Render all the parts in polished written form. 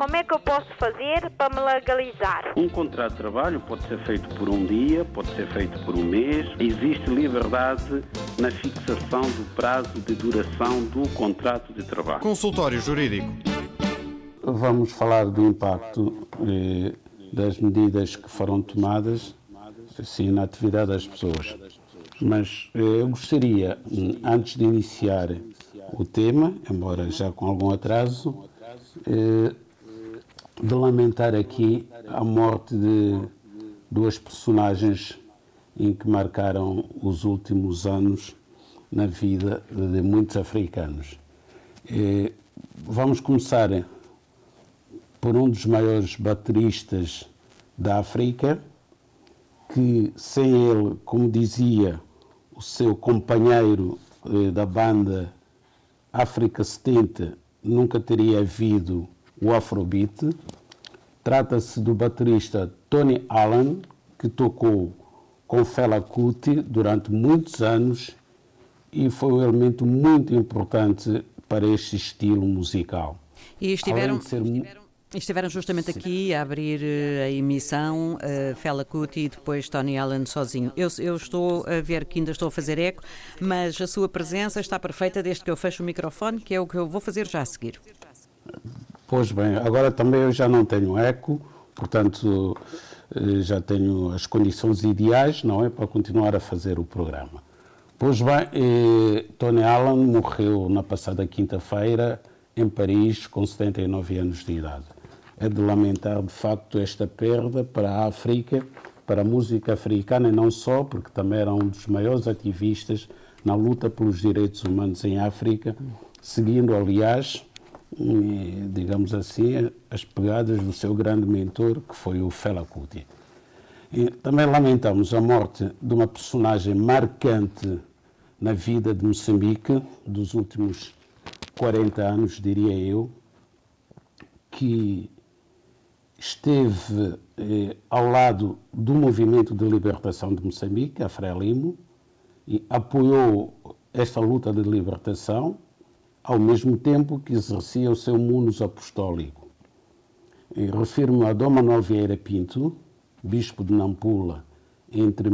Como é que eu posso fazer para me legalizar? Um contrato de trabalho pode ser feito por um dia, pode ser feito por um mês. Existe liberdade na fixação do prazo de duração do contrato de trabalho. Consultório Jurídico. Vamos falar do impacto das medidas que foram tomadas assim, na atividade das pessoas. Mas eu gostaria, antes de iniciar o tema, embora já com algum atraso, de lamentar aqui a morte de duas personagens em que marcaram os últimos anos na vida de muitos africanos. Vamos começar por um dos maiores bateristas da África, que sem ele, como dizia o seu companheiro da banda África 70, nunca teria havido o Afrobeat. Trata-se do baterista Tony Allen, que tocou com Fela Kuti durante muitos anos e foi um elemento muito importante para este estilo musical. E estiveram justamente aqui a abrir a emissão, Fela Kuti e depois Tony Allen sozinho. Eu estou a ver que ainda estou a fazer eco, mas a sua presença está perfeita desde que eu fecho o microfone, que é o que eu vou fazer já a seguir. Pois bem, agora também eu já não tenho eco, portanto já tenho as condições ideais, não é, para continuar a fazer o programa. Pois bem, Tony Allen morreu na passada quinta-feira em Paris com 79 anos de idade. É de lamentar de facto esta perda para a África, para a música africana e não só, porque também era um dos maiores ativistas na luta pelos direitos humanos em África, seguindo aliás, digamos assim, as pegadas do seu grande mentor, que foi o Fela Kuti. E também lamentamos a morte de uma personagem marcante na vida de Moçambique, dos últimos 40 anos, diria eu, que esteve ao lado do movimento de libertação de Moçambique, a Frelimo, e apoiou esta luta de libertação, ao mesmo tempo que exercia o seu munus apostólico. Refiro-me a Dom Manuel Vieira Pinto, bispo de Nampula, entre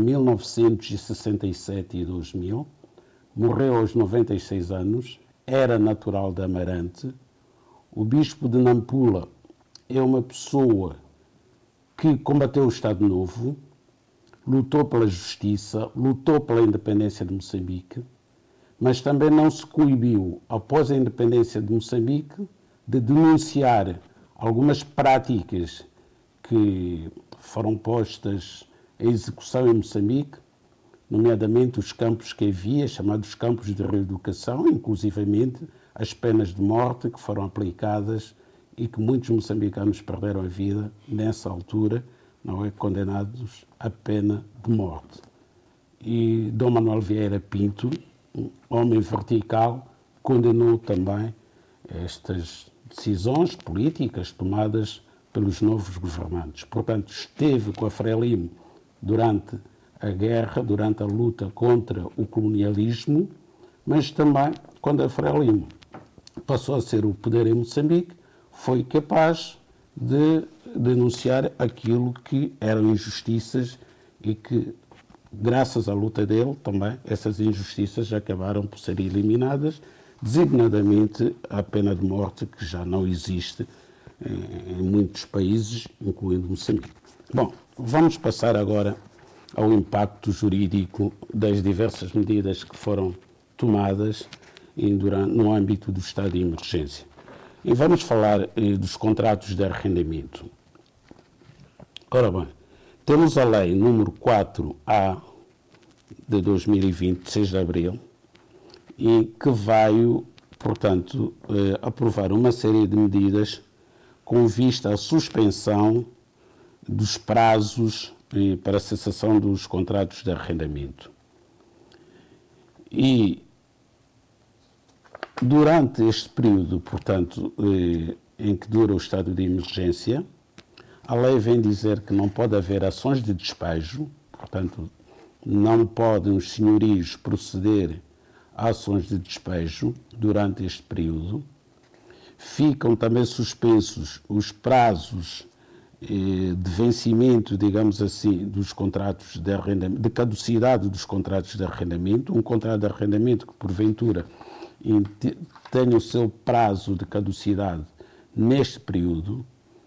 1967 e 2000, morreu aos 96 anos, era natural de Amarante. O bispo de Nampula é uma pessoa que combateu o Estado Novo, lutou pela justiça, lutou pela independência de Moçambique, mas também não se coibiu, após a independência de Moçambique, de denunciar algumas práticas que foram postas em execução em Moçambique, nomeadamente os campos que havia, chamados campos de reeducação, inclusivamente as penas de morte que foram aplicadas e que muitos moçambicanos perderam a vida nessa altura, não é, condenados à pena de morte. E Dom Manuel Vieira Pinto, um homem vertical, condenou também estas decisões políticas tomadas pelos novos governantes. Portanto, esteve com a Frelimo durante a guerra, durante a luta contra o colonialismo, mas também, quando a Frelimo passou a ser o poder em Moçambique, foi capaz de denunciar aquilo que eram injustiças e que, graças à luta dele, também essas injustiças acabaram por ser eliminadas, designadamente a pena de morte, que já não existe em muitos países, incluindo Moçambique. Bom, vamos passar agora ao impacto jurídico das diversas medidas que foram tomadas no âmbito do estado de emergência. E vamos falar dos contratos de arrendamento. Ora bem, temos a lei número 4A de 2020, 6 de abril, e que veio, portanto, aprovar uma série de medidas com vista à suspensão dos prazos para a cessação dos contratos de arrendamento. E durante este período, portanto, em que dura o estado de emergência, a lei vem dizer que não pode haver ações de despejo, portanto, não podem os senhorios proceder a ações de despejo durante este período, ficam também suspensos os prazos de vencimento, digamos assim, dos contratos de arrendamento, de caducidade dos contratos de arrendamento. Um contrato de arrendamento que, porventura, tenha o seu prazo de caducidade neste período,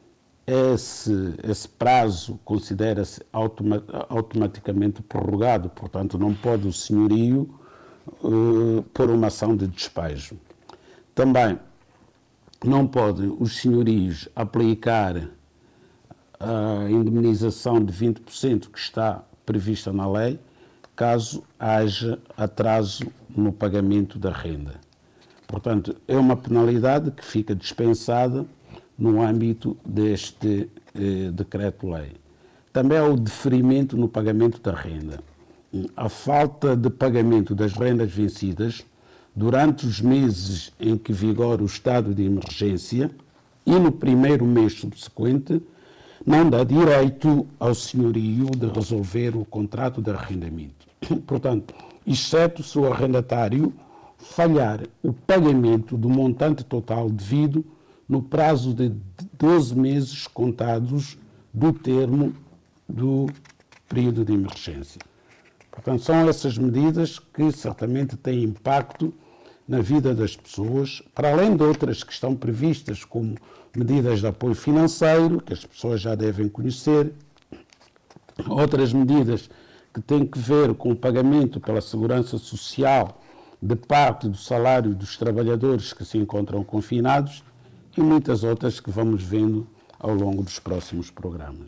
esse prazo considera-se automaticamente prorrogado, portanto, não pode o senhorio pôr uma ação de despejo. Também não pode os senhorios aplicar a indemnização de 20% que está prevista na lei, caso haja atraso no pagamento da renda. Portanto, é uma penalidade que fica dispensada no âmbito deste decreto-lei. Também há o deferimento no pagamento da renda. A falta de pagamento das rendas vencidas durante os meses em que vigora o estado de emergência e no primeiro mês subsequente não dá direito ao senhorio de resolver o contrato de arrendamento. Portanto, exceto se o arrendatário falhar o pagamento do montante total devido no prazo de 12 meses contados do termo do período de emergência. Portanto, são essas medidas que certamente têm impacto na vida das pessoas, para além de outras que estão previstas como medidas de apoio financeiro, que as pessoas já devem conhecer, outras medidas que têm que ver com o pagamento pela segurança social de parte do salário dos trabalhadores que se encontram confinados e muitas outras que vamos vendo ao longo dos próximos programas.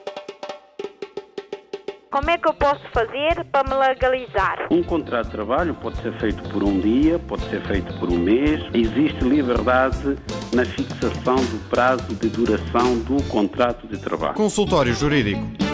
Como é que eu posso fazer para me legalizar? Um contrato de trabalho pode ser feito por um dia, pode ser feito por um mês. Existe liberdade na fixação do prazo de duração do contrato de trabalho. Consultório Jurídico.